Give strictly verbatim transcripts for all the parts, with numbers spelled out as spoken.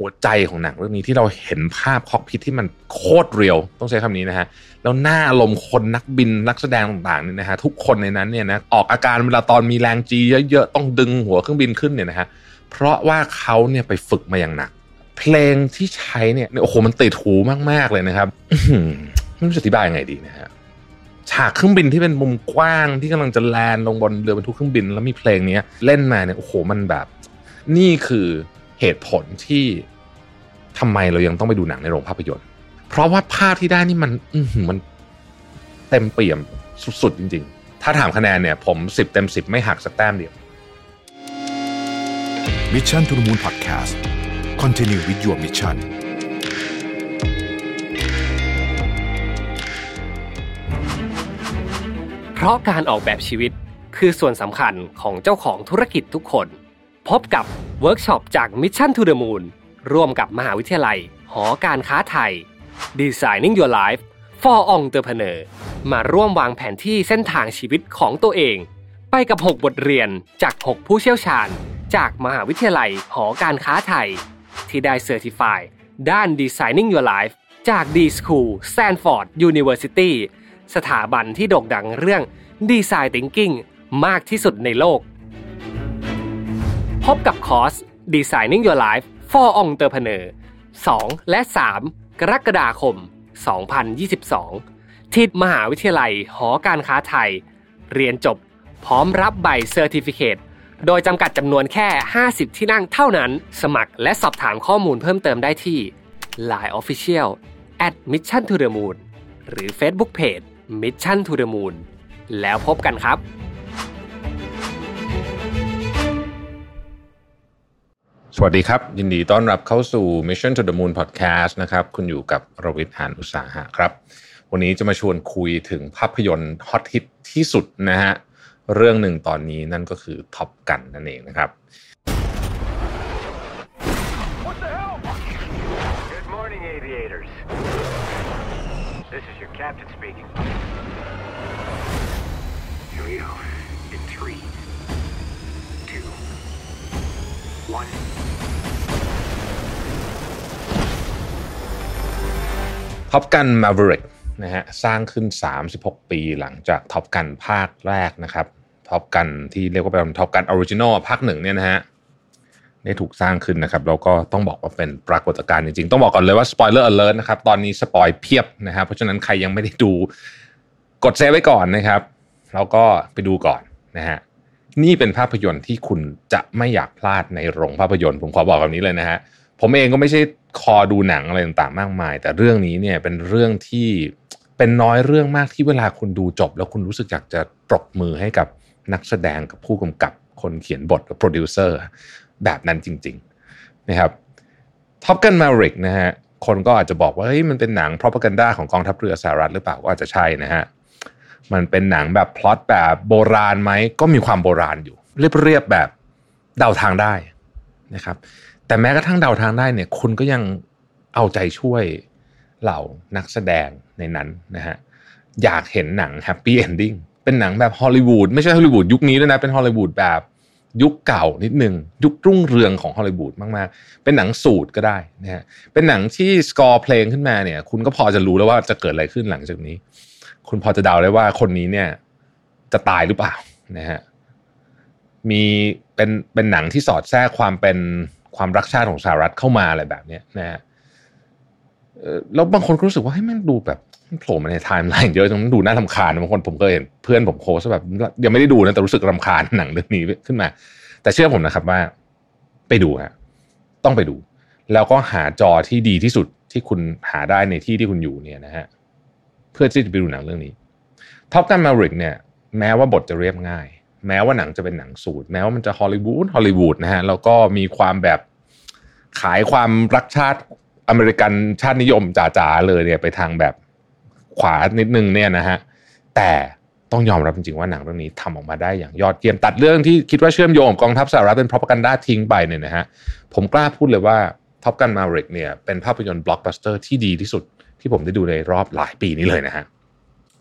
หัวใจของหนังเรื่องนี้ที่เราเห็นภาพคอกพิทที่มันโคตรเรียลต้องใช้คำนี้นะฮะแล้วหน้าอารมณ์คนนักบินนักแสดงต่างๆเนี่ยนะฮะทุกคนในนั้นเนี่ยนะออกอาการเวลาตอนมีแรงจีเยอะๆต้องดึงหัวเครื่องบินขึ้นเนี่ยนะฮะเพราะว่าเขาเนี่ยไปฝึกมาอย่างหนักเพลงที่ใช้เนี่ยโอ้โหมันติดหูมากๆเลยนะครับไม่รู้จะอธิบายยังไงดีนะฮะฉากเครื่องบินที่เป็นมุมกว้างที่กำลังจะแลนด์ลงบนเรือบรรทุกเครื่องบินแล้วมีเพลงนี้เล่นมาเนี่ยโอ้โหมันแบบนี่คือเหตุผลที่ทำไมเรายังต้องไปดูหนังในโรงภาพยนตร์เพราะว่าภาพที่ได้นี่มันมันเต็มเปี่ยมสุดๆจริงๆถ้าถามคะแนนเนี่ยผมสิบเต็มสิบไม่หักสักแต้มเดียว Mission to the Moon Podcast Continue with your mission เพราะการออกแบบชีวิตคือส่วนสำคัญของเจ้าของธุรกิจทุกคนพบกับเวิร์กช็อปจาก Mission to the Moon ร่วมกับมหาวิทยาลัยหอการค้าไทย Designing Your Life for Entrepreneur มาร่วมวางแผนที่เส้นทางชีวิตของตัวเองไปกับหกบทเรียนจากหกผู้เชี่ยวชาญจากมหาวิทยาลัยหอการค้าไทยที่ได้เซอร์ติฟายด้าน Designing Your Life จาก D-School Stanford University สถาบันที่โด่งดังเรื่อง Design Thinking มากที่สุดในโลกพบกับคอร์ส Designing Your Life for Entrepreneur สองและสามกรกฎาคมสองพันยี่สิบสองที่มหาวิทยาลัยหอการค้าไทยเรียนจบพร้อมรับใบเซอร์ติฟิเคตโดยจำกัดจำนวนแค่ห้าสิบที่นั่งเท่านั้นสมัครและสอบถามข้อมูลเพิ่มเติมได้ที่ ไลน์ Official at Mission to the Moon หรือ Facebook Page Mission to the Moon แล้วพบกันครับสวัสดีครับยินดีต้อนรับเข้าสู่ Mission to the Moon Podcast นะครับคุณอยู่กับรวิทย์ หาญอุตสาหะครับวันนี้จะมาชวนคุยถึงภาพยนตร์ฮอตฮิตที่สุดนะฮะเรื่องหนึ่งตอนนี้นั่นก็คือ Top Gun นั่นเองนะครับ What the hell? Good morning, aviators. This is your captain speaking. Here we go. In three, two, one. Top Gun Maverick นะฮะสร้างขึ้นสามสิบหกปีหลังจาก Top Gun ภาคแรกนะครับ Top Gun ที่เรียกว่าเป็น Top Gun Original ภาคหนึ่งเนี่ยนะฮะได้ถูกสร้างขึ้นนะครับแล้วก็ต้องบอกว่าเป็นปรากฏการณ์จริงๆต้องบอกก่อนเลยว่า Spoiler Alert นะครับตอนนี้สปอยเพียบนะครับเพราะฉะนั้นใครยังไม่ได้ดูกดเซฟไว้ก่อนนะครับแล้วก็ไปดูก่อนนะฮะนี่เป็นภาพยนตร์ที่คุณจะไม่อยากพลาดในโรงภาพยนตร์ผมขอบอกแบบนี้เลยนะฮะผมเองก็ไม่ใช่คอดูหนังอะไรต่างๆมากมายแต่เรื่องนี้เนี่ยเป็นเรื่องที่เป็นน้อยเรื่องมากที่เวลาคุณดูจบแล้วคุณรู้สึกอยากจะปรบมือให้กับนักแสดงกับผู้กำกับคนเขียนบทกับโปรดิวเซอร์แบบนั้นจริงๆนะครับ Top Gun Maverick นะฮะคนก็อาจจะบอกว่าเฮ้ยมันเป็นหนัง propaganda ของกองทัพเรือสหรัฐหรือเปล่าก็อาจจะใช่นะฮะมันเป็นหนังแบบพล็อตแบบโบราณไหมก็มีความโบราณอยู่เรียบๆแบบเดาทางได้นะครับแต่แม้กระทั่งเดาทางได้เนี่ยคุณก็ยังเอาใจช่วยเหล่านักแสดงในนั้นนะฮะอยากเห็นหนังแฮปปี้เอนดิ้งเป็นหนังแบบฮอลลีวูดไม่ใช่ฮอลลีวูดยุคนี้ด้วยนะเป็นฮอลลีวูดแบบยุคเก่านิดนึงยุครุ่งเรืองของฮอลลีวูดมากๆเป็นหนังสูตรก็ได้นะฮะเป็นหนังที่สกอร์เพลงขึ้นมาเนี่ยคุณก็พอจะรู้แล้วว่าจะเกิดอะไรขึ้นหลังจากนี้คุณพอจะเดาได้ว่าคนนี้เนี่ยจะตายหรือเปล่านะฮะมีเป็นเป็นหนังที่สอดแทรกความเป็นความรักชาติของสหรัฐเข้ามาอะไรแบบนี้นะฮะแล้วบางคนก็รู้สึกว่าให้มันดูแบบโผล่มาในไทม์ไลน์เยอะจนมันดูน่ารำคาญบางคนผมก็เห็นเพื่อนผมโพสแบบยังไม่ได้ดูนะแต่รู้สึกรำคาญหนังเรื่องนี้ขึ้นมาแต่เชื่อผมนะครับว่าไปดูฮะต้องไปดูแล้วก็หาจอที่ดีที่สุดที่คุณหาได้ในที่ที่คุณอยู่เนี่ยนะฮะเพื่อที่จะไปดูหนังเรื่องนี้ Top Gun Maverick เนี่ยแม้ว่าบทจะเรียบง่ายแม้ว่าหนังจะเป็นหนังสูตรแม้ว่ามันจะฮอลลีวูดฮอลลีวูดนะฮะแล้วก็มีความแบบขายความรักชาติอเมริกันชาตินิยมจ๋าๆเลยเนี่ยไปทางแบบขวานิดนึงเนี่ยนะฮะแต่ต้องยอมรับจริงๆว่าหนังเรื่องนี้ทำออกมาได้อย่างยอดเยี่ยมตัดเรื่องที่คิดว่าเชื่อมโยงกับกองทัพสหรัฐเป็น propaganda ทิ้งไปเนี่ยนะฮะผมกล้าพูดเลยว่า Top Gun Maverick เนี่ยเป็นภาพยนตร์บล็อกบัสเตอร์ที่ดีที่สุดที่ผมได้ดูในรอบหลายปีนี้เลยนะฮะ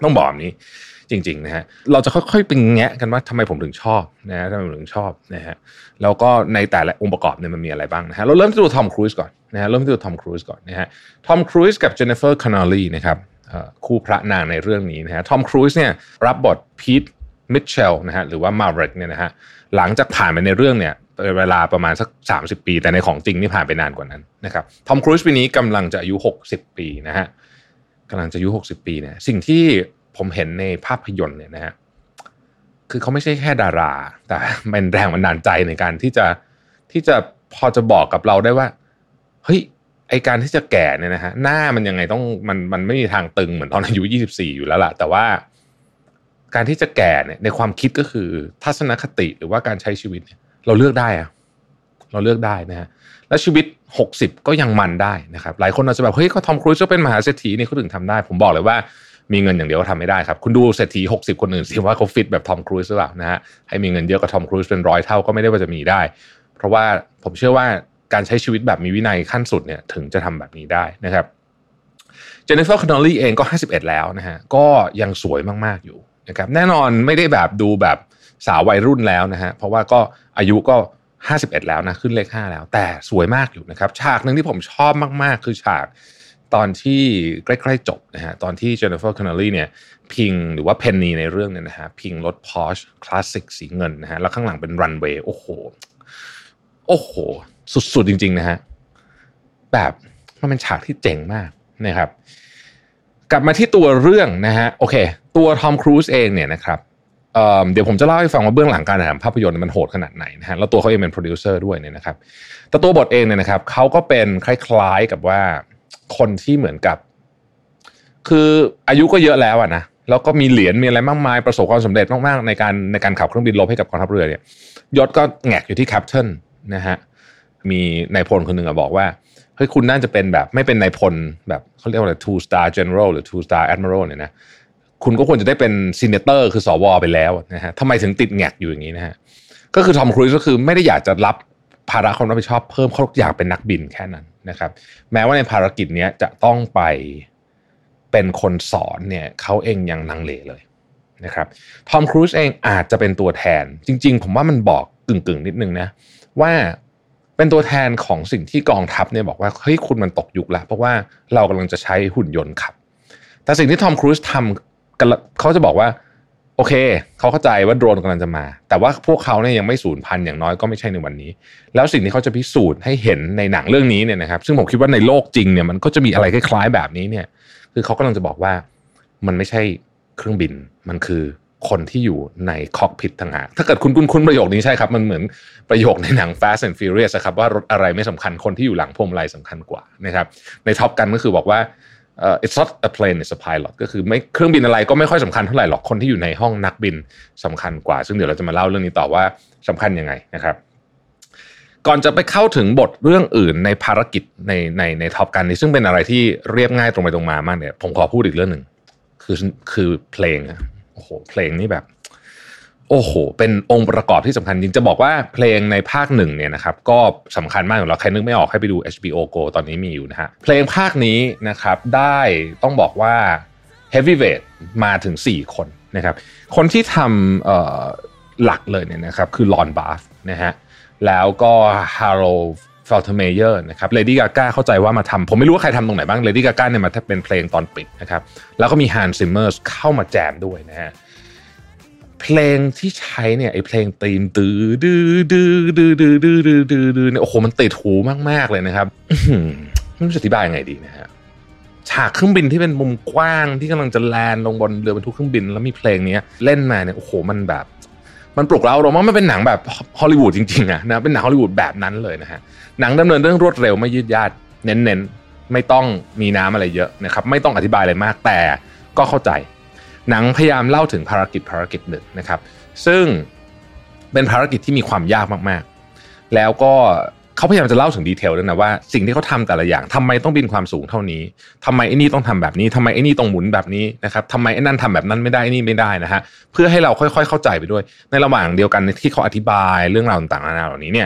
ต้องบอกแบบนี้จริงๆนะฮะเราจะค่อยๆไปแงะกันว่าทำไมผมถึงชอบนะฮะทำไมผมถึงชอบนะฮะแล้วก็ในแต่ละองค์ประกอบเนี่ยมันมีอะไรบ้างนะฮะเราเริ่มที่ตัวทอมครูซก่อนนะฮะเริ่มที่ตัวทอมครูซก่อนนะฮะทอมครูซกับเจนนิเฟอร์คอนนอลลีนะครับคู่พระนางในเรื่องนี้นะฮะทอมครูซเนี่ยรับบทพีทมิทเชลนะฮะหรือว่ามาร์เวริกเนี่ยนะฮะหลังจากผ่านไปในเรื่องเนี่ยเวลาประมาณสักสามสิบปีแต่ในของจริงนี่ผ่านไปนานกว่านั้นนะครับทอมครูซปีนี้กำลังจะอายุหกสิบปีนะฮะกำลังจะอายุหกสิบปีเนี่ยสิ่งที่ผมเห็นในภาพยนตร์เนี่ยนะฮะคือเขาไม่ใช่แค่ดาราแต่เป็นแรงบันดาลใจในการที่จะที่จะพอจะบอกกับเราได้ว่าเฮ้ยไอการที่จะแก่เนี่ยนะฮะหน้ามันยังไงต้องมันมันไม่มีทางตึงเหมือนตอนอายุยี่สิบสี่อยู่แล้วล่ะแต่ว่าการที่จะแก่เนี่ยในความคิดก็คือทัศนคติหรือว่าการใช้ชีวิตเนี่ยเราเลือกได้อะเราเลือกได้นะฮะและชีวิตหกสิบก็ยังมันได้นะครับหลายคนอาจจะแบบเฮ้ยก็ทอมครูซก็เป็นมหาเศรษฐีนี่เขาถึงทำได้ผมบอกเลยว่ามีเงินอย่างเดียวก็ทำไม่ได้ครับคุณดูเศรษฐีหกสิบคนอื่นสิว่าเขาฟิตแบบทอมครูซหรือเปล่านะฮะให้มีเงินเยอะกว่าทอมครูซเป็นร้อยเท่าก็ไม่ได้ว่าจะมีได้เพราะว่าผมเชื่อว่าการใช้ชีวิตแบบมีวินัยขั้นสุดเนี่ยถึงจะทำแบบนี้ได้นะครับเจนนิเฟอร์คอนนอลลีเองก็ห้าสิบเอ็ดแล้วนะฮะก็ยังสวยมากๆอยู่นะครับแน่นอนไม่ได้แบบดูแบบสาววัยรุ่นแล้วนะฮะเพราะว่าก็อายุก็ห้าสิบเอ็ดแล้วนะขึ้นเลขห้าแล้วแต่สวยมากอยู่นะครับฉากนึงที่ผมชอบมากๆคือฉากตอนที่ใกล้ๆจบนะฮะตอนที่เจนนิเฟอร์คอนนอลลีเนี่ยพิงหรือว่าเพนนีในเรื่องเนี่ยนะฮะพิงรถ Porsche คลาสสิกสีเงินนะฮะแล้วข้างหลังเป็นรันเวย์โอ้โหโอ้โหสุดๆจริงๆนะฮะแบบมันเป็นฉากที่เจ๋งมากนะครับกลับมาที่ตัวเรื่องนะฮะโอเคตัวทอมครูซเองเนี่ยนะครับ เ, เดี๋ยวผมจะเล่าให้ฟังว่าเบื้องหลังการถ่ายทำภาพยนตร์มันโหดขนาดไหนนะฮะแล้วตัวเขาเองเป็นโปรดิวเซอร์ด้วยเนี่ยนะครับแต่ตัวบทเองเนี่ยนะครับเขาก็เป็นคล้ายๆกับว่าคนที่เหมือนกับคืออายุก็เยอะแล้วอะนะแล้วก็มีเหรียญมีอะไรมากมายประสบความสำเร็จมากๆในการในการขับเครื่องบินรบให้กับกองทัพเรือเนี่ยยศก็แงกอยู่ที่แคปเทนนะฮะมีนายพลคนหนึ่งอะบอกว่าเฮ้ยคุณน่าจะเป็นแบบไม่เป็นนายพลแบบเขาเรียกว่าอะไร two star general หรือ two star admiral เนี่ยนะคุณก็ควรจะได้เป็นซีเนเตอร์คือสวไปแล้วนะฮะทำไมถึงติดแงกอยู่อย่างนี้นะฮะก็คือทอมครูซก็คือไม่ได้อยากจะรับภาระความรับผิดชอบเพิ่มเขาอยากเป็นนักบินแค่นั้นนะครับแม้ว่าในภารกิจนี้จะต้องไปเป็นคนสอนเนี่ยเขาเองยังลังเลเลยนะครับทอมครูซเองอาจจะเป็นตัวแทนจริงๆผมว่ามันบอกกึ่งๆนิดนึงนะว่าเป็นตัวแทนของสิ่งที่กองทัพเนี่ยบอกว่าเฮ้ยคุณมันตกยุคแล้วเพราะว่าเรากำลังจะใช้หุ่นยนต์ขับแต่สิ่งที่ทอมครูซทำเขาจะบอกว่าโอเคเขาเข้าใจว่าโดรนกำลังจะมาแต่ว่าพวกเขาเนี่ยยังไม่สูญพันธุ์อย่างน้อยก็ไม่ใช่ในวันนี้แล้วสิ่งที่เขาจะพิสูจน์ให้เห็นในหนังเรื่องนี้เนี่ยนะครับซึ่งผมคิดว่าในโลกจริงเนี่ยมันก็จะมีอะไรคล้ายๆแบบนี้เนี่ยคือเขากำลังจะบอกว่ามันไม่ใช่เครื่องบินมันคือคนที่อยู่ในคอกพิทต่างหากถ้าเกิดคุณคุ้นๆประโยคนี้ใช่ครับมันเหมือนประโยคในหนัง Fast and Furious นะครับว่ารถอะไรไม่สำคัญคนที่อยู่หลังพวงมาลัยสำคัญกว่านะครับในท็อปกันก็คือบอกว่าUh, it's not a plane it's a pilot ก็คือไม่เครื่องบินอะไรก็ไม่ค่อยสำคัญเท่าไหร่หรอกคนที่อยู่ในห้องนักบินสำคัญกว่าซึ่งเดี๋ยวเราจะมาเล่าเรื่องนี้ต่อว่าสำคัญยังไงนะครับก่อนจะไปเข้าถึงบทเรื่องอื่นในภารกิจในในในท็อปกันนี้ซึ่งเป็นอะไรที่เรียบง่ายตรงไปตรงมามากเนี่ยผมขอพูดอีกเรื่องหนึ่งคือคือเพลงโอ้โหเพลงนี่แบบโอ้โหเป็นองค์ประกอบที่สำคัญจริงจะบอกว่าเพลงในภาคหนึ่งเนี่ยนะครับก็สำคัญมากอยู่แล้วใครนึกไม่ออกให้ไปดู เอช บี โอ Go ตอนนี้มีอยู่นะฮะเพลงภาคนี้นะครับได้ต้องบอกว่า Heavyweight มาถึงสี่คนนะครับคนที่ทำเอ่อหลักเลยเนี่ยนะครับคือลอนบาร์ธนะฮะแล้วก็ฮาโรลด์เฟลเทอร์เมเยอร์นะครับเลดี้กาก้าเข้าใจว่ามาทำผมไม่รู้ว่าใครทำตรงไหนบ้างเลดี้กาก้าเนี่ยมาเป็นเพลงตอนปิดนะครับแล้วก็มีฮันซิมเมอร์สเข้ามาแจมด้วยนะฮะเพลงที่ใช้เนี่ยไอเพลงตีมตื้อดื้อดื้อดื้อดื้อดื้อดื้อดื้อดื้อเนี่ยโอ้โหมันติดหูมากๆเลยนะครับไม่รู้จะอธิบายยังไงดีนะฮะฉากเครื่องบินที่เป็นมุมกว้างที่กำลังจะแลนด์ลงบนเรือบรรทุกเครื่องบินแล้วมีเพลงนี้เล่นมาเนี่ยโอ้โหมันแบบมันปลุกเราเราว่ามันเป็นหนังแบบฮอลลีวูดจริงๆอะนะเป็นหนังฮอลลีวูดแบบนั้นเลยนะฮะหนังดำเนินเรื่องรวดเร็วไม่ยืดยาดเน้นๆไม่ต้องมีน้ำอะไรเยอะนะครับไม่ต้องอธิบายอะไรมากแต่ก็เข้าใจหนังพยายามเล่าถึงภารกิจภารกิจหนึ่งนะครับซึ่งเป็นภารกิจที่มีความยากมากๆแล้วก็เขาพยายามจะเล่าถึงดีเทลด้วยนะว่าสิ่งที่เขาทำแต่ละอย่างทำไมต้องบินความสูงเท่านี้ทำไมไอ้นี่ต้องทำแบบนี้ทำไมไอ้นี่ต้องหมุนแบบนี้นะครับทำไมไอ้นั่นทำแบบนั้นไม่ได้ไอ้นี่ไม่ได้นะฮะเพื่อให้เราค่อยๆเข้าใจไปด้วยในระหว่างเดียวกันที่เขาอธิบายเรื่องราวต่างๆนานาเหล่านี้เนี่ย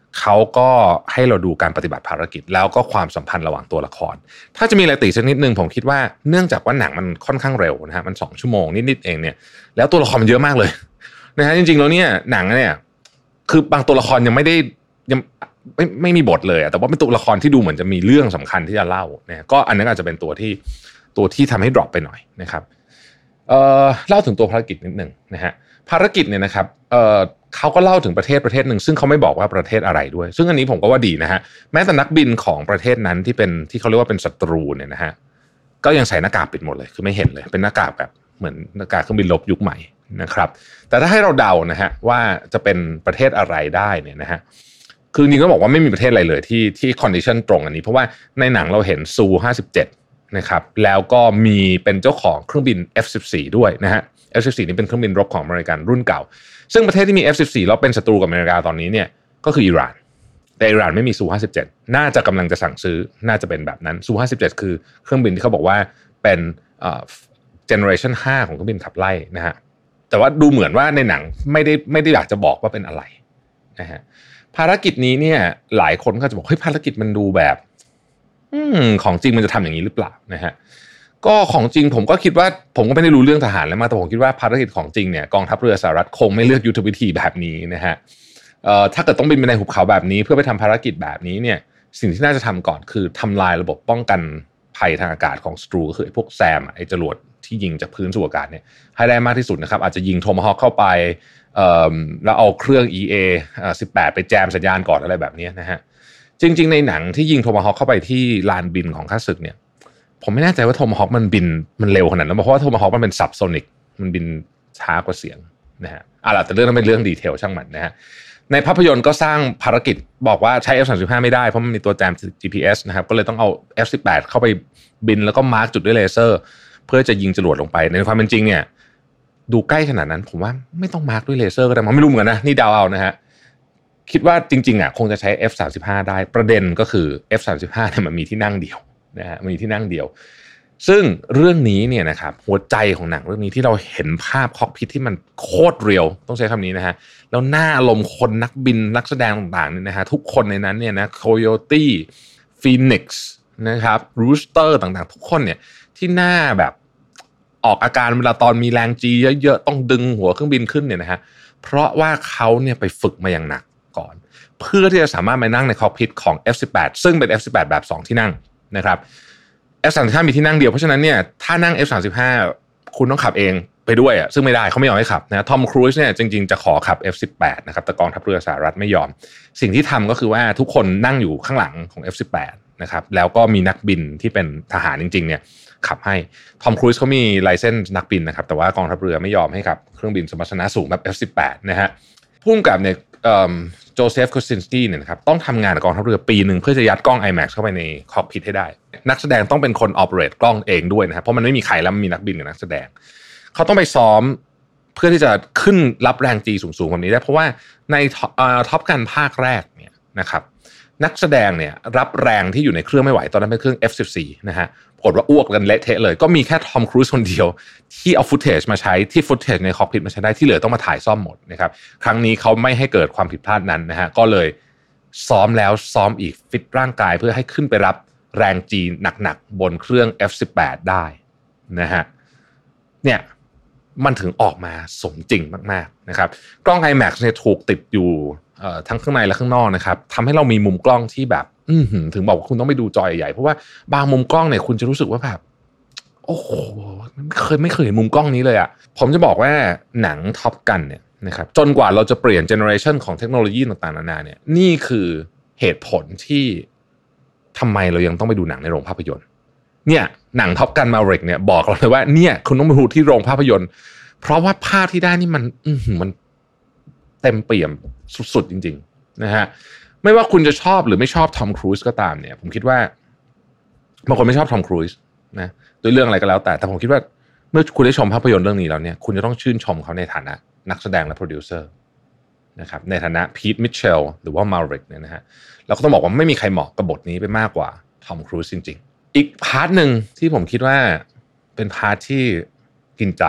เขาก็ให้เราดูการปฏิบัติภารกิจแล้วก็ความสัมพันธ์ระหว่างตัวละครถ้าจะมีอะไรติสักนิดนึงผมคิดว่าเนื่องจากว่าหนังมันค่อนข้างเร็วนะฮะมันสองชั่วโมงนิดๆเองเนี่ยแล้วตัวละครมันเยอะมากเลยนะฮะจริงๆแล้วเนี่ยหนังเนี่ยคือบางตัวละครยังไม่ได้ยังไม่ไม่มีบทเลยแต่ว่าเป็นตัวละครที่ดูเหมือนจะมีเรื่องสำคัญที่จะเล่าเนี่ยก็อันนั้นอาจจะเป็นตัวที่ตัวที่ทำให้ดรอปไปหน่อยนะครับเอ่อเล่าถึงตัวภารกิจนิดนึงนะฮะภารกิจเนี่ยนะครับเอ่อเขาก็เล่าถึงประเทศประเทศหนึ่งซึ่งเขาไม่บอกว่าประเทศอะไรด้วยซึ่งอันนี้ผมก็ว่าดีนะฮะแม้แต่นักบินของประเทศนั้นที่เป็นที่เขาเรียกว่าเป็นศัตรูเนี่ยนะฮะก็ยังใส่หน้ากากปิดหมดเลยคือไม่เห็นเลยเป็นหน้ากากแบบเหมือนหน้ากากเครื่องบินรบยุคใหม่นะครับแต่ถ้าให้เราเดานะฮะว่าจะเป็นประเทศอะไรได้เนี่ยนะฮะคือจริงๆก็บอกว่าไม่มีประเทศอะไรเลยที่ที่คอนดิชันตรงอันนี้เพราะว่าในหนังเราเห็นซูห้าสิบเจ็ดนะครับแล้วก็มีเป็นเจ้าของเครื่องบิน เอฟ สิบสี่ ด้วยนะฮะ เอฟ สิบสี่ นี่เป็นเครื่องบินรบของอเมริกันรุ่นเก่าซึ่งประเทศที่มี เอฟ สิบสี่ แล้วเป็นศัตรูกับอเมริกาตอนนี้เนี่ยก็คืออิหร่านแต่อิหร่านไม่มีซูห้าสิบเจ็ดน่าจะกำลังจะสั่งซื้อน่าจะเป็นแบบนั้นซูห้าสิบเจ็ดคือเครื่องบินที่เขาบอกว่าเป็นเอ่อเจเนอเรชันห้าของเครื่องบินขับไล่นะฮะแต่ว่าดูเหมือนว่าในหนังไม่ได้ไม่ได้อยากจะบอกว่าเป็นอะไรนะฮะภารกิจนี้เนี่ยหลายคนก็จะบอกเฮ้ยภารกิจมันดูแบบอืมของจริงมันจะทำอย่างนี้หรือเปล่านะฮะก็ของจริงผมก็คิดว่าผมก็ไม่ได้รู้เรื่องทหารแล้วมาแต่ผมคิดว่าภารกิจของจริงเนี่ยกองทัพเรือสหรัฐคงไม่เลือกยุทธวิธีแบบนี้นะฮะเอ่อถ้าเกิดต้องบินไปในหุบเขาแบบนี้เพื่อไปทำภารกิจแบบนี้เนี่ยสิ่งที่น่าจะทำก่อนคือทำลายระบบป้องกันภัยทางอากาศของศัตรูก็คือไอ้พวกแซมไอ้จรวดที่ยิงจากพื้นสู่อากาศเนี่ยให้ได้มากที่สุดนะครับอาจจะยิงโทมาฮอคเข้าไปเอ่อแล้วเอาเครื่อง อี เอ สิบแปดไปแจมสัญญาณก่อนอะไรแบบนี้นะฮะจริงๆในหนังที่ยิงโทมาฮอคเข้าไปที่ลานบินของข้าศึกเนี่ยผมไม่แน่ใจว่าโทมาฮอคมันบินมันเร็วขนาดนั้นเพราะว่าโทมาฮอคมันเป็นซับโซนิกมันบินช้ากว่าเสียงนะฮะอ่ะล่ะแต่เรื่องนั้นเป็นเรื่องดีเทลช่างมันนะฮะในภาพยนตร์ก็สร้างภารกิจบอกว่าใช้ เอฟ สามสิบห้า ไม่ได้เพราะมันมีตัวแจม จี พี เอส นะครับก็เลยต้องเอา เอฟ สิบแปด เข้าไปบินแล้วก็มาร์คจุดด้วยเลเซอร์เพื่อจะยิงจรวดลงไปในความเป็นจริงเนี่ยดูใกล้ขนาดนั้นผมว่าไม่ต้องมาร์คด้วยเลเซอร์ก็ได้มันไม่รู้เหมือนกันนะนี่เดาเอานะฮะคิดว่าจริงๆอ่ะคงจะใช้ เอฟ สามสิบห้า ได้ประเด็นก็คือ เอฟ สามสิบห้า เนี่ยมันมีที่นั่งเดียวนะฮะมีที่นั่งเดียวซึ่งเรื่องนี้เนี่ยนะครับหัวใจของหนังเรื่องนี้ที่เราเห็นภาพคอกพิทที่มันโคตรเรียลต้องใช้คำนี้นะฮะแล้วหน้าอารมณ์คนนักบินนักแสดงต่างๆเนี่ยนะฮะทุกคนในนั้นเนี่ยนะโคโยตี้ฟีนิกซ์นะครับรูสเตอร์ต่างๆทุกคนเนี่ยที่หน้าแบบออกอาการเวลาตอนมีแรงจีเยอะๆต้องดึงหัวเครื่องบินขึ้นเนี่ยนะฮะเพราะว่าเขาเนี่ยไปฝึกมาอย่างหนักก่อนเพื่อที่จะสามารถมานั่งในคอกพิทของ เอฟ สิบแปด ซึ่งเป็น เอฟ สิบแปด แบบสองที่นั่งนะครับ เอฟ สามสิบห้า มีที่นั่งเดียวเพราะฉะนั้นเนี่ยถ้านั่ง เอฟ สามสิบห้า คุณต้องขับเองไปด้วยอ่ะซึ่งไม่ได้เขาไม่ยอมให้ขับนะทอมครูซเนี่ยจริงๆจะขอขับ เอฟ สิบแปด นะครับแต่กองทัพเรือสหรัฐไม่ยอมสิ่งที่ทำก็คือว่าทุกคนนั่งอยู่ข้างหลังของ เอฟ สิบแปด นะครับแล้วก็มีนักบินที่เป็นทหารจริงๆเนี่ยขับให้ทอมครูซเขามีไลเซนส์นักบินนะครับแต่ว่ากองทัพเรือไม่ยอมให้ขับเครื่องบินสมรรถนะสูงแบบ เอฟ สิบแปด นะฮะผู้กำกับเนี่ยโจเซฟโคซินสกี้เนี่ยนะครับต้องทำงานกับกองทัพเรือปีนึงเพื่อจะยัดกล้อง ไอแม็กซ์ เข้าไปในคอกพิทให้ได้นักแสดงต้องเป็นคนออเปเรตกล้องเองด้วยนะครับเพราะมันไม่มีใครแล้วมันมีนักบินกับนักแสดงเขาต้องไปซ้อมเพื่อที่จะขึ้นรับแรงจีสูงๆแบบนี้ได้เพราะว่าในท็อปกันภาคแรกเนี่ยนะครับนักแสดงเนี่ยรับแรงที่อยู่ในเครื่องไม่ไหวตอนนั้นเป็นเครื่อง เอฟ สิบสี่ นะฮะผลว่าอ้วกกันเละเทะเลยก็มีแค่ทอมครูซคนเดียวที่เอาฟุตเทจมาใช้ที่ฟุตเทจในคอกพิทมาใช้ได้ที่เหลือต้องมาถ่ายซ่อมหมดนะครับครั้งนี้เขาไม่ให้เกิดความผิดพลาดนั้นนะฮะก็เลยซ้อมแล้วซ้อมอีกฟิตร่างกายเพื่อให้ขึ้นไปรับแรงจีหนักๆบนเครื่อง เอฟ สิบแปด ได้นะฮะเนี่ยมันถึงออกมาสมจริงมากๆนะครับกล้อง ไอแม็กซ์ เนี่ยถูกติดอยู่ทั้งข้างในและข้างนอกนะครับทำให้เรามีมุมกล้องที่แบบถึงบอกว่าคุณต้องไปดูจอใหญ่ๆเพราะว่าบางมุมกล้องเนี่ยคุณจะรู้สึกว่าแบบโอ้โหไม่เคยไม่เคยเห็นมุมกล้องนี้เลยอ่ะผมจะบอกว่าหนังท็อปกันเนี่ยนะครับจนกว่าเราจะเปลี่ยนเจเนอเรชันของเทคโนโลยีต่างๆนานาเนี่ยนี่คือเหตุผลที่ทำไมเรายังต้องไปดูหนังในโรงภาพยนตร์เนี่ยหนังท็อปกันมาเร็กเนี่ยบอกเราเลยว่าเนี่ยคุณต้องไปดูที่โรงภาพยนตร์เพราะว่าภาพที่ได้นี่มันอือมันเต็มเปี่ยมสุดๆจริงๆนะฮะไม่ว่าคุณจะชอบหรือไม่ชอบทอมครูซก็ตามเนี่ยผมคิดว่าบางคนไม่ชอบทอมครูซนะด้วยเรื่องอะไรก็แล้วแต่แต่ผมคิดว่าเมื่อคุณได้ชมภาพยนตร์เรื่องนี้แล้วเนี่ยคุณจะต้องชื่นชมเขาในฐานะนักแสดงและโปรดิวเซอร์นะครับในฐานะพีทมิทเชลหรือว่ามาริกเนี่ยนะฮะเราก็ต้องบอกว่าไม่มีใครเหมาะกับบทนี้ไปมากกว่าทอมครูซจริงๆอีกพาร์ทนึงที่ผมคิดว่าเป็นพาร์ทที่กินใจ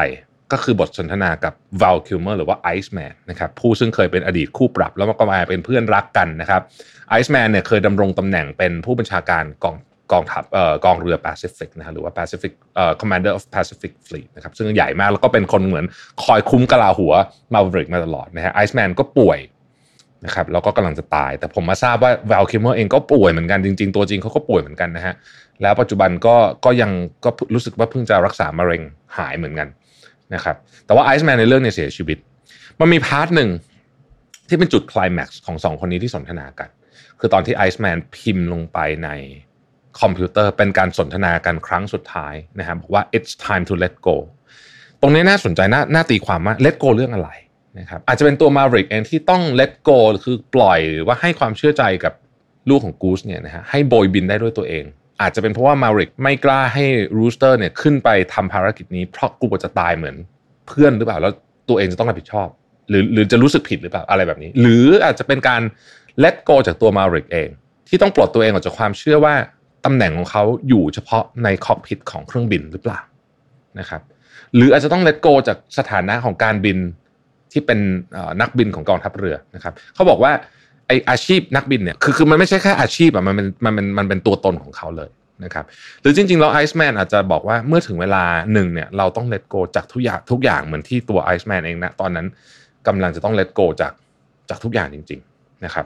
ก็คือบทสนทนากับ Val Kilmer หรือว่า Iceman นะครับผู้ซึ่งเคยเป็นอดีตคู่ปรับแล้วก็มาเป็นเพื่อนรักกันนะครับ Iceman เนี่ยเคยดำรงตำแหน่งเป็นผู้บัญชาการกองกองทัพเอ่อกองเรือ Pacific นะฮะหรือว่า Pacific เอ่อ Commander of Pacific Fleet นะครับซึ่งใหญ่มากแล้วก็เป็นคนเหมือนคอยคุ้มกะลาหัว Maverick มาตลอดนะฮะ Iceman ก็ป่วยนะครับแล้วก็กำลังจะตายแต่ผมมาทราบว่า Val Kilmer เองก็ป่วยเหมือนกันจริงๆตัวจริงเขาก็ป่วยเหมือนกันนะฮะแล้วปัจจุบันก็ก็ยังก็รู้สึกว่าเพิ่งจะรักษามะเร็งหายเหมือนกันนะครับแต่ว่า Iceman ในเรื่องเนี่ยเสียชีวิตมันมีพาร์ทหนึ่งที่เป็นจุดไคลแม็กซ์ของสองคนนี้ที่สนทนากันคือตอนที่ Iceman พิมพ์ลงไปในคอมพิวเตอร์เป็นการสนทนากันครั้งสุดท้ายนะครับบอกว่า it's time to let go ตรงนี้น่าสนใจน่าน่าตีความว่า let go เรื่องอะไรนะครับอาจจะเป็นตัว Maverick เองที่ต้อง let go คือปล่อยหรือว่าให้ความเชื่อใจกับลูกของ Goose เนี่ยนะฮะให้โบยบินได้ด้วยตัวเองอาจจะเป็นเพราะว่า Maverick ไม่กล้าให้ Rooster เนี่ยขึ้นไปทำภารกิจนี้เพราะกลัวจะตายเหมือนเพื่อนหรือเปล่าแล้วตัวเองจะต้องรับผิดชอบหรือหรือจะรู้สึกผิดหรือเปล่าอะไรแบบนี้หรืออาจจะเป็นการ let go จากตัว Maverick เองที่ต้องปลดตัวเองออกจากความเชื่อว่าตำแหน่งของเขาอยู่เฉพาะในคอกพิทของเครื่องบินหรือเปล่านะครับหรืออาจจะต้อง let go จากสถานะของการบินที่เป็นนักบินของกองทัพเรือนะครับเขาบอกว่าไออาชีพนักบินเนี่ยคือคือมันไม่ใช่แค่อาชีพอ่ะมันเป็นมันเป็นมันเป็นตัวตนของเขาเลยนะครับหรือจริงๆแล้ว Iceman อาจจะบอกว่าเมื่อถึงเวลาหนึ่งเนี่ยเราต้อง let go จากทุกอย่างทุกอย่างเหมือนที่ตัว Iceman เองนะตอนนั้นกำลังจะต้อง let go จากจากทุกอย่างจริงๆนะครับ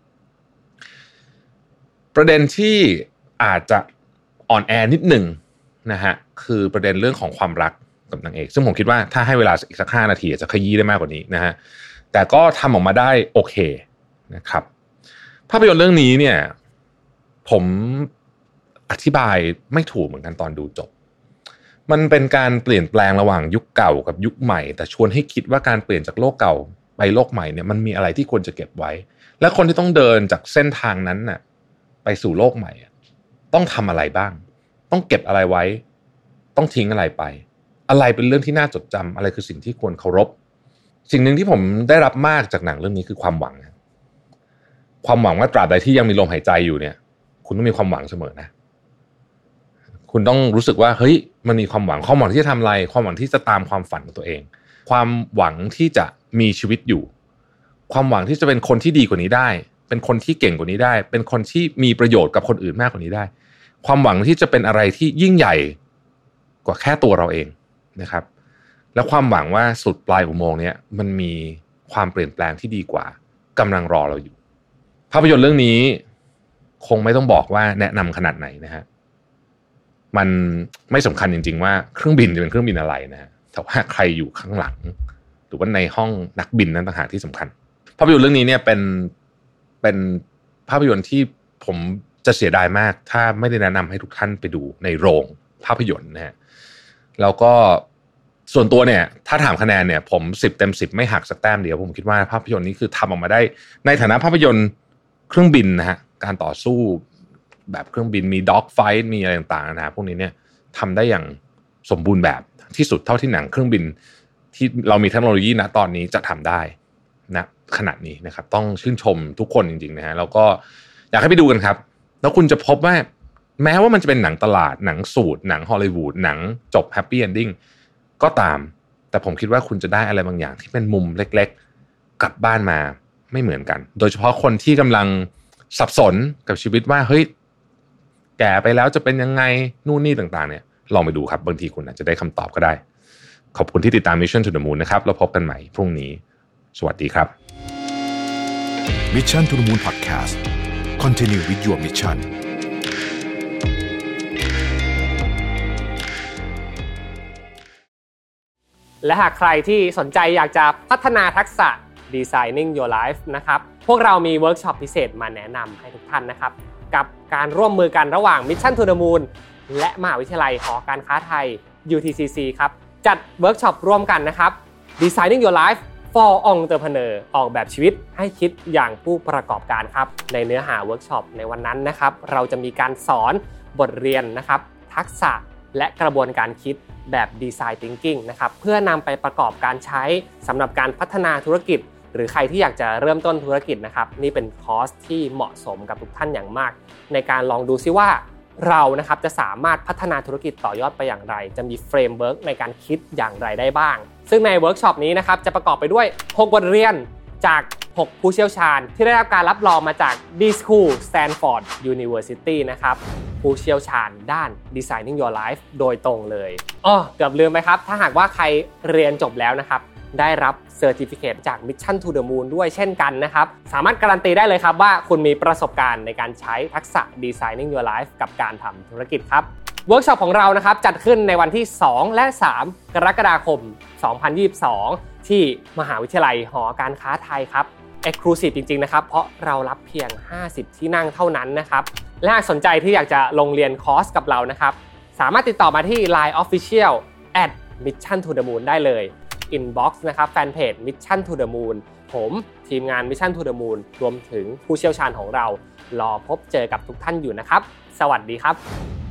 ประเด็นที่อาจจะอ่อนแอนิดหนึ่งนะฮะคือประเด็นเรื่องของความรักกับนางเอกซึ่งผมคิดว่าถ้าให้เวลาอีกสักห้านาทีอาจจะขยี้ได้มากกว่านี้นะฮะแต่ก็ทำออกมาได้โอเคนะครับภาพยนตร์เรื่องนี้เนี่ยผมอธิบายไม่ถูกเหมือนกันตอนดูจบมันเป็นการเปลี่ยนแปลงระหว่างยุคเก่ากับยุคใหม่แต่ชวนให้คิดว่าการเปลี่ยนจากโลกเก่าไปโลกใหม่เนี่ยมันมีอะไรที่ควรจะเก็บไว้และคนที่ต้องเดินจากเส้นทางนั้นน่ะไปสู่โลกใหม่ต้องทำอะไรบ้างต้องเก็บอะไรไว้ต้องทิ้งอะไรไปอะไรเป็นเรื่องที่น่าจดจำอะไรคือสิ่งที่ควรเคารพสิ่งหนึ่งที่ผมได้รับมากจากหนังเรื่องนี้คือความหวังความหวังว่าตราบใดที่ยังมีลมหายใจอยู่เนี่ยคุณต้องมีความหวังเสมอนะคุณต้องรู้สึกว่าเฮ้ยมันมีความหวังความหวังที่จะทำอะไรความหวังที่จะตามความฝันของตัวเองความหวังที่จะมีชีวิตอยู่ความหวังที่จะเป็นคนที่ดีกว่านี้ได้เป็นคนที่เก่งกว่านี้ได้เป็นคนที่มีประโยชน์กับคนอื่นมากกว่านี้ได้ความหวังที่จะเป็นอะไรที่ยิ่งใหญ่กว่าแค่ตัวเราเองนะครับและความหวังว่าสุดปลายอุโมงค์นี้มันมีความเปลี่ยนแปลงที่ดีกว่ากำลังรอเราอยู่ภาพยนตร์เรื่องนี้คงไม่ต้องบอกว่าแนะนำขนาดไหนนะฮะมันไม่สำคัญจริงๆว่าเครื่องบินจะเป็นเครื่องบินอะไรนะฮะแต่ว่าใครอยู่ข้างหลังหรือว่าในห้องนักบินนั้นต่างหากที่สำคัญภาพยนตร์เรื่องนี้เนี่ยเป็นเป็นภาพยนตร์ที่ผมจะเสียดายมากถ้าไม่ได้แนะนำให้ทุกท่านไปดูในโรงภาพยนตร์นะฮะแล้วก็ส่วนตัวเนี่ยถ้าถามคะแนนเนี่ยผมสิบเต็มสิบไม่หักสักแต้มเดียวผมคิดว่าภาพยนตร์นี้คือทำออกมาได้ในฐานะภาพยนตร์เครื่องบินนะฮะการต่อสู้แบบเครื่องบินมีด็อกไฟท์มีอะไรต่างๆนะพวกนี้เนี่ยทำได้อย่างสมบูรณ์แบบที่สุดเท่าที่หนังเครื่องบินที่เรามีเทคโนโลยีณตอนนี้จะทำได้นะขนาดนี้นะครับต้องชื่นชมทุกคนจริงๆนะฮะแล้วก็อยากให้ไปดูกันครับแล้วคุณจะพบว่าแม้ว่ามันจะเป็นหนังตลาดหนังสูตรหนังฮอลลีวูดหนังจบแฮปปี้เอนดิ้งก็ตามแต่ผมคิดว่าคุณจะได้อะไรบางอย่างที่เป็นมุมเล็กๆกลับบ้านมาไม่เหมือนกันโดยเฉพาะคนที่กำลังสับสนกับชีวิตว่าเฮ้ยแก่ไปแล้วจะเป็นยังไงนู่นนี่ต่างๆเนี่ยลองไปดูครับบางทีคุณอาจจะได้คำตอบก็ได้ขอบคุณที่ติดตาม Mission to the Moon นะครับแล้วพบกันใหม่พรุ่งนี้สวัสดีครับ Mission to the Moon Podcast Continue with your mission และหากใครที่สนใจอยากจะพัฒนาทักษะ Designing Your Life นะครับพวกเรามีเวิร์กช็อปพิเศษมาแนะนำให้ทุกท่านนะครับกับการร่วมมือกันระหว่าง Mission to the Moon และมหาวิทยาลัยหอการค้าไทย ยู ที ซี ซี ครับจัดเวิร์กช็อปร่วมกันนะครับ Designing Your Life for Entrepreneur ออกแบบชีวิตให้คิดอย่างผู้ประกอบการครับในเนื้อหาเวิร์กช็อปในวันนั้นนะครับเราจะมีการสอนบทเรียนนะครับทักษะและกระบวนการคิดแบบ Design Thinking นะครับเพื่อนำไปประกอบการใช้สำหรับการพัฒนาธุรกิจหรือใครที่อยากจะเริ่มต้นธุรกิจนะครับนี่เป็นคอร์สที่เหมาะสมกับทุกท่านอย่างมากในการลองดูซิว่าเรานะครับจะสามารถพัฒนาธุรกิจต่อยอดไปอย่างไรจะมีเฟรมเวิร์กในการคิดอย่างไรได้บ้างซึ่งในเวิร์กช็อปนี้นะครับจะประกอบไปด้วยหกบทเรียนจากหกผู้เชี่ยวชาญที่ได้รับการรับรองมาจาก D-School Stanford University นะครับผู้เชี่ยวชาญด้าน Designing Your Life โดยตรงเลยอ้อเกือบลืมไปครับถ้าหากว่าใครเรียนจบแล้วนะครับได้รับ Certificate จาก Mission to the Moon ด้วยเช่นกันนะครับสามารถการันตีได้เลยครับว่าคุณมีประสบการณ์ในการใช้ทักษะ Designing Your Life กับการทำธุรกิจครับเวิร์กช็อปของเรานะครับจัดขึ้นในวันที่สองและสามกรกฎาคมสองพันยี่สิบสองที่มหาวิทยาลัยหอการค้าไทยครับ Exclusive จริงๆนะครับเพราะเรารับเพียงห้าสิบที่นั่งเท่านั้นนะครับและหากสนใจที่อยากจะลงเรียนคอร์สกับเรานะครับสามารถติดต่อมาที่ ไลน์ Official แอท มิชชั่น ทู เดอะ มูน ได้เลย Inbox นะครับแฟนเพจ Mission to the Moon ผมทีมงาน Mission to the Moon รวมถึงผู้เชี่ยวชาญของเรารอพบเจอกับทุกท่านอยู่นะครับสวัสดีครับ